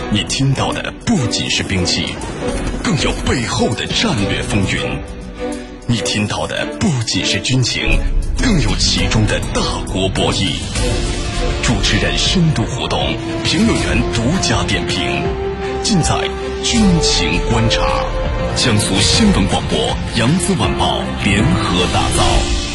你听到的不仅是兵器，更有背后的战略风云。你听到的不仅是军情，更有其中的大国博弈。主持人深度互动，评论员独家点评，尽在军情观察。江苏新闻广播、扬子晚报联合打造。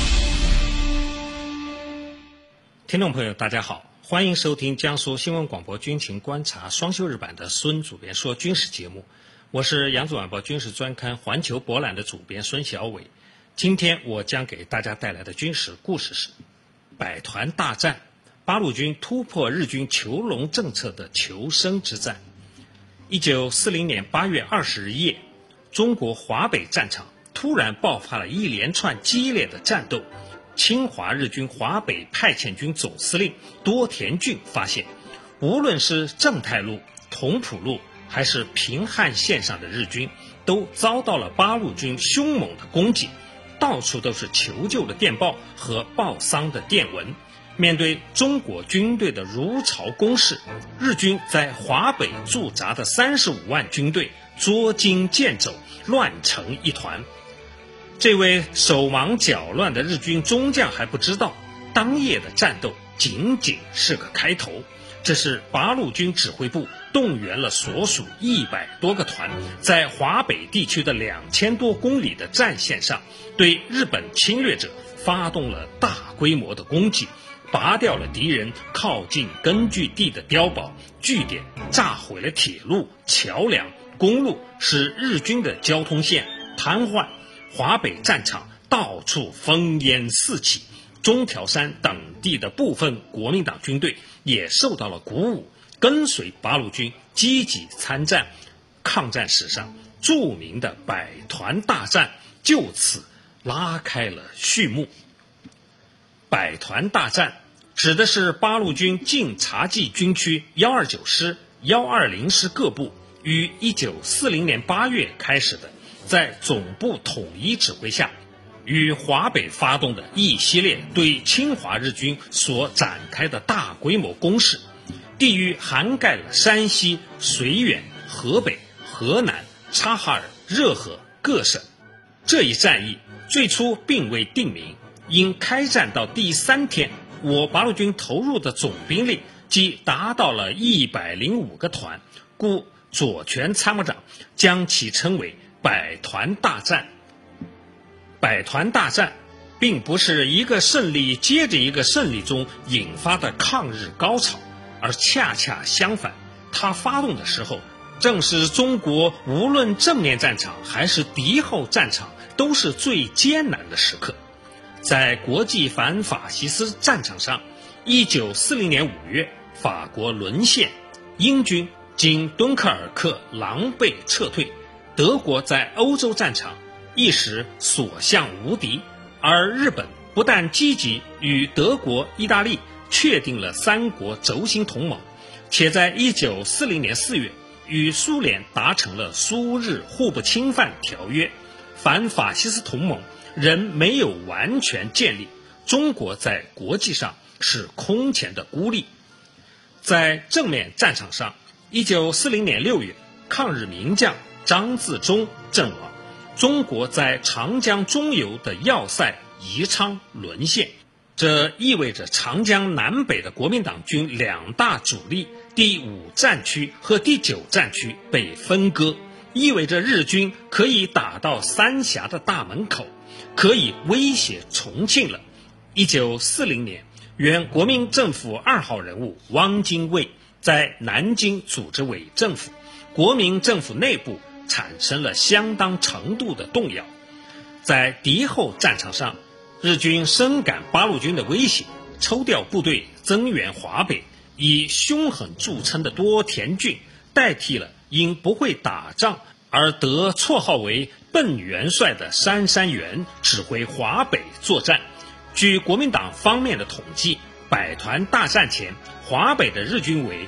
听众朋友大家好，欢迎收听江苏新闻广播军情观察双休日版的孙主编说军事节目，我是扬子晚报军事专刊环球博览的主编孙小伟。今天我将给大家带来的军事故事是百团大战，八路军突破日军囚笼政策的求生之战。1940年8月20日夜，中国华北战场突然爆发了一连串激烈的战斗。侵华日军华北派遣军总司令多田骏发现，无论是正太路、同蒲路还是平汉线上的日军，都遭到了八路军凶猛的攻击，到处都是求救的电报和报丧的电文。面对中国军队的如潮攻势，日军在华北驻扎的35万军队捉襟见肘，乱成一团。这位手忙脚乱的日军中将还不知道，当夜的战斗仅仅是个开头。这是八路军指挥部动员了所属100多个团，在华北地区的2000多公里的战线上，对日本侵略者发动了大规模的攻击，拔掉了敌人靠近根据地的碉堡、据点，炸毁了铁路、桥梁、公路，使日军的交通线瘫痪。华北战场到处烽烟四起，中条山等地的部分国民党军队也受到了鼓舞，跟随八路军积极参战。抗战史上著名的百团大战就此拉开了序幕。百团大战指的是八路军晋察冀军区129师、120师各部于1940年8月开始的，在总部统一指挥下，与华北发动的一系列对侵华日军所展开的大规模攻势，地域涵盖了山西、绥远、河北、河南、察哈尔、热河各省。这一战役最初并未定名，因开战到第3天，我八路军投入的总兵力即达到了105个团，故左权参谋长将其称为百团大战。百团大战并不是一个胜利接着一个胜利中引发的抗日高潮，而恰恰相反，它发动的时候，正是中国无论正面战场还是敌后战场都是最艰难的时刻。在国际反法西斯战场上，1940年5月，法国沦陷，英军经敦刻尔克狼狈撤退，德国在欧洲战场一时所向无敌，而日本不但积极与德国、意大利确定了3国轴心同盟，且在1940年4月与苏联达成了苏日互不侵犯条约。反法西斯同盟仍没有完全建立，中国在国际上是空前的孤立。在正面战场上，1940年6月，抗日名将张自忠阵亡，中国在长江中游的要塞宜昌沦陷。这意味着长江南北的国民党军2大主力第5战区和第9战区被分割，意味着日军可以打到三峡的大门口，可以威胁重庆了。1940年，原国民政府2号人物汪精卫在南京组织伪政府，国民政府内部产生了相当程度的动摇。在敌后战场上，日军深感八路军的威胁，抽调部队增援华北，以凶狠著称的多田骏代替了因不会打仗而得绰号为笨元帅的杉山元指挥华北作战。据国民党方面的统计，百团大战前，华北的日军为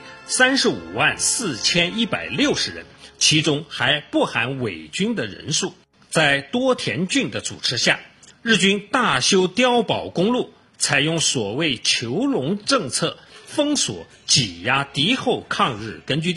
35万4160人，其中还不含伪军的人数。在多田骏的主持下，日军大修碉堡公路，采用所谓囚笼政策，封锁挤压敌后抗日根据地，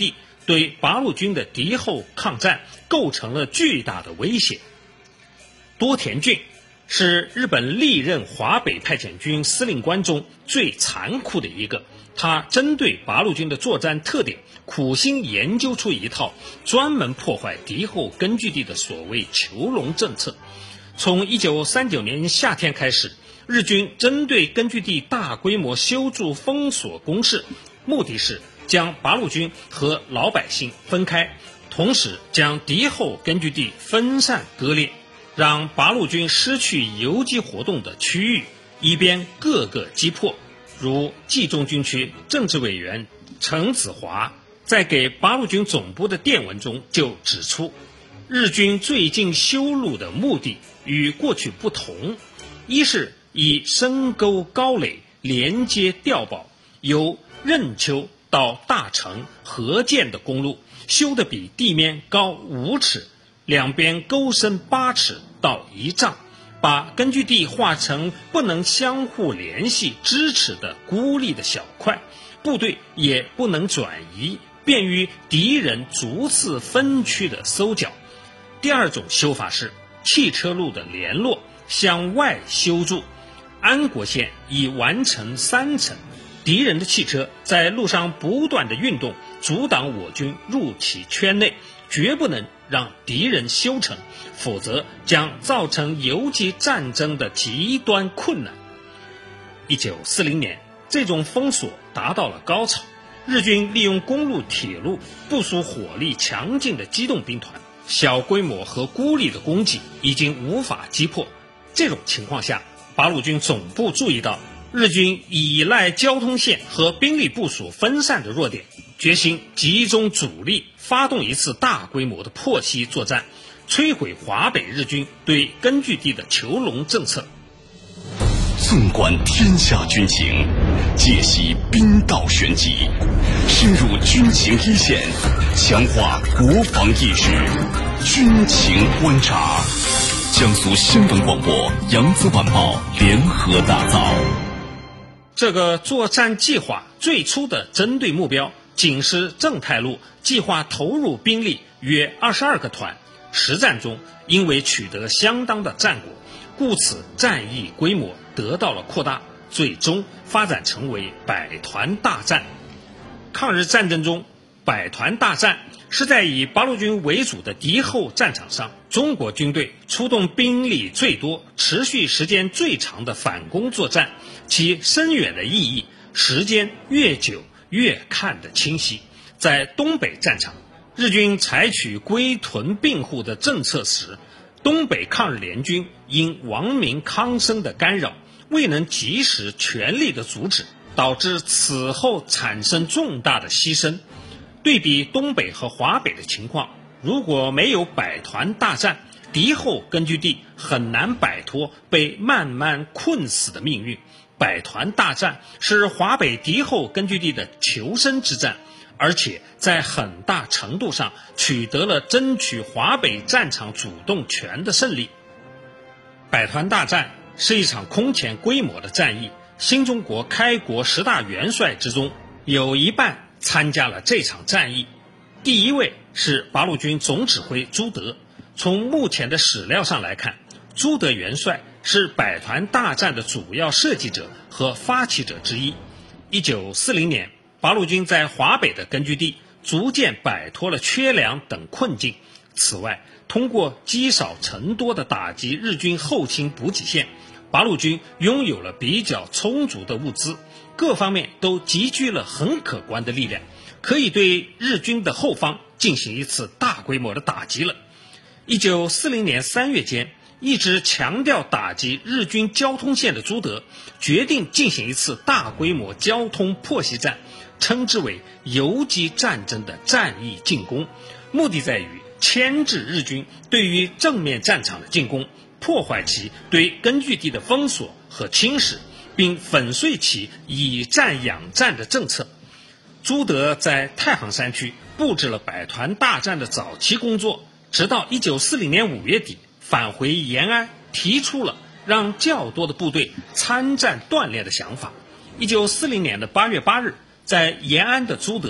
对八路军的敌后抗战构成了巨大的威胁。多田骏是日本历任华北派遣军司令官中最残酷的一个，他针对八路军的作战特点，苦心研究出一套专门破坏敌后根据地的所谓囚笼政策。从1939年夏天开始，日军针对根据地大规模修筑封锁工事，目的是将八路军和老百姓分开，同时将敌后根据地分散割裂，让八路军失去游击活动的区域，以便各个击破。如冀中军区政治委员陈子华在给八路军总部的电文中就指出，日军最近修路的目的与过去不同，一是以深沟高垒连接碉堡，由任丘到大城合建的公路修得比地面高5尺，两边沟深8尺到1丈，把根据地划成不能相互联系支持的孤立的小块，部队也不能转移，便于敌人逐次分区的搜剿。第二种修法是汽车路的联络向外修筑，安国线已完成3层，敌人的汽车在路上不断的运动，阻挡我军入其圈内，绝不能让敌人修成，否则将造成游击战争的极端困难。1940年，这种封锁达到了高潮，日军利用公路铁路部署火力强劲的机动兵团，小规模和孤立的攻击已经无法击破。这种情况下，八路军总部注意到日军依赖交通线和兵力部署分散的弱点，决心集中主力发动一次大规模的破袭作战，摧毁华北日军对根据地的囚笼政策。 纵观天下军情，解析兵道玄机，深入军情一线，强化国防意识，军情观察。江苏新闻广播、扬子晚报联合打造。 这个作战计划最初的针对目标仅是正太路，计划投入兵力约22个团，实战中因为取得相当的战果，故此战役规模得到了扩大，最终发展成为百团大战。抗日战争中，百团大战是在以八路军为主的敌后战场上，中国军队出动兵力最多、持续时间最长的反攻作战，其深远的意义，时间越久越看得清晰。在东北战场，日军采取归屯并户的政策时，东北抗日联军因王明、康生的干扰，未能及时全力的阻止，导致此后产生重大的牺牲。对比东北和华北的情况，如果没有百团大战，敌后根据地很难摆脱被慢慢困死的命运。百团大战是华北敌后根据地的求生之战，而且在很大程度上取得了争取华北战场主动权的胜利。百团大战是一场空前规模的战役，新中国开国10大元帅之中，有一半参加了这场战役。第一位是八路军总指挥朱德。从目前的史料上来看，朱德元帅是百团大战的主要设计者和发起者之一。1940年，八路军在华北的根据地逐渐摆脱了缺粮等困境。此外，通过积少成多的打击日军后勤补给线，八路军拥有了比较充足的物资，各方面都集聚了很可观的力量，可以对日军的后方进行一次大规模的打击了。1940年3月间，一直强调打击日军交通线的朱德，决定进行一次大规模交通破袭战，称之为游击战争的战役进攻，目的在于牵制日军对于正面战场的进攻，破坏其对根据地的封锁和侵蚀，并粉碎其以战养战的政策。朱德在太行山区布置了百团大战的早期工作，直到1940年5月底返回延安，提出了让较多的部队参战锻炼的想法。1940年的8月8日，在延安的朱德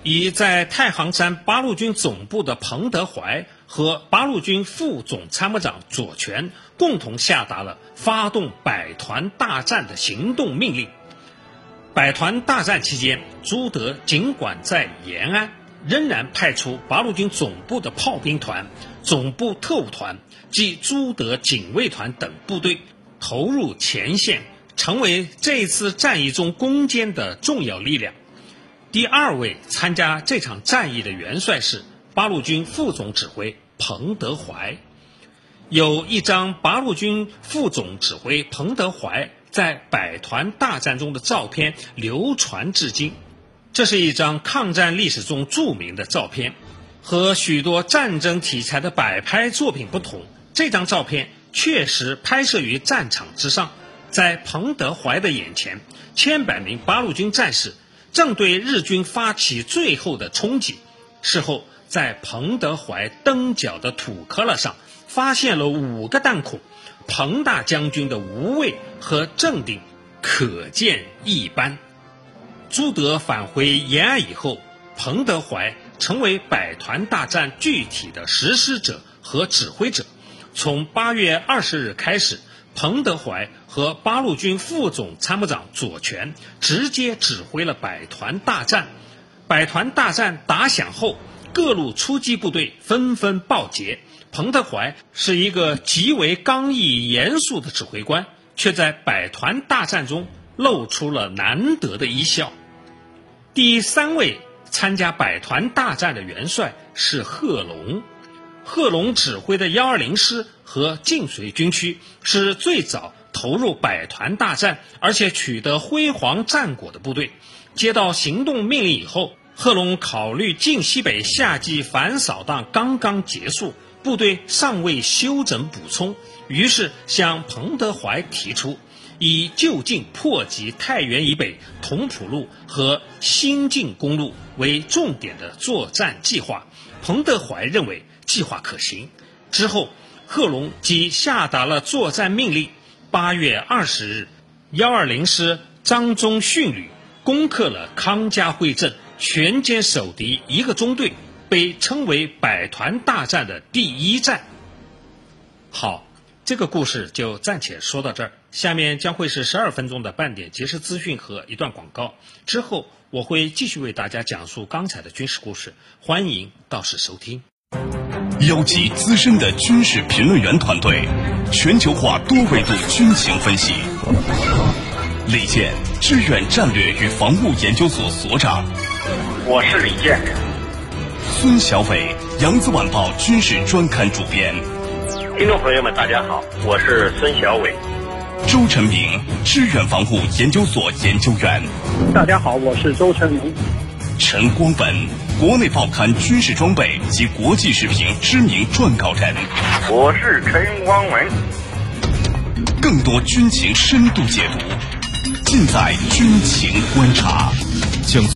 以在太行山八路军总部的彭德怀和八路军副总参谋长左权共同下达了发动百团大战的行动命令。百团大战期间，朱德尽管在延安，仍然派出八路军总部的炮兵团、总部特务团及朱德警卫团等部队投入前线，成为这次战役中攻坚的重要力量。第二位参加这场战役的元帅是八路军副总指挥彭德怀。有一张八路军副总指挥彭德怀在百团大战中的照片流传至今。这是一张抗战历史中著名的照片，和许多战争题材的摆拍作品不同，这张照片确实拍摄于战场之上。在彭德怀的眼前，千百名八路军战士正对日军发起最后的冲击。事后，在彭德怀蹬脚的土坷垃上发现了5个弹孔，彭大将军的无畏和镇定可见一斑。朱德返回延安以后，彭德怀成为百团大战具体的实施者和指挥者。从8月20日开始，彭德怀和八路军副总参谋长左权直接指挥了百团大战。百团大战打响后，各路出击部队纷纷报捷。彭德怀是一个极为刚毅严肃的指挥官，却在百团大战中露出了难得的一笑。第3位参加百团大战的元帅是贺龙。贺龙指挥的120师和晋绥军区是最早投入百团大战而且取得辉煌战果的部队。接到行动命令以后，贺龙考虑晋西北夏季反扫荡刚刚结束，部队尚未休整补充，于是向彭德怀提出以就近破击太原以北同蒲路和新晋公路为重点的作战计划。彭德怀认为计划可行，之后贺龙即下达了作战命令。8月20日，120师张宗逊旅攻克了康家会镇，全歼守敌1个中队，被称为百团大战的第1战。好，这个故事就暂且说到这儿，下面将会是12分钟的半点即时资讯和一段广告，之后我会继续为大家讲述刚才的军事故事，欢迎到时收听。 邀集资深的军事评论员团队，全球化多维度军情分析。李健，致远战略与防务研究所所长。 我是李健。 孙小伟，扬子晚报军事专刊主编。 听众朋友们，大家好，我是孙小伟。 周晨明，致远防务研究所研究员。 大家好，我是周晨明。 陈光文，国内报刊军事装备及国际时评知名撰稿人。 我是陈光文。 更多军情深度解读，尽在军情观察。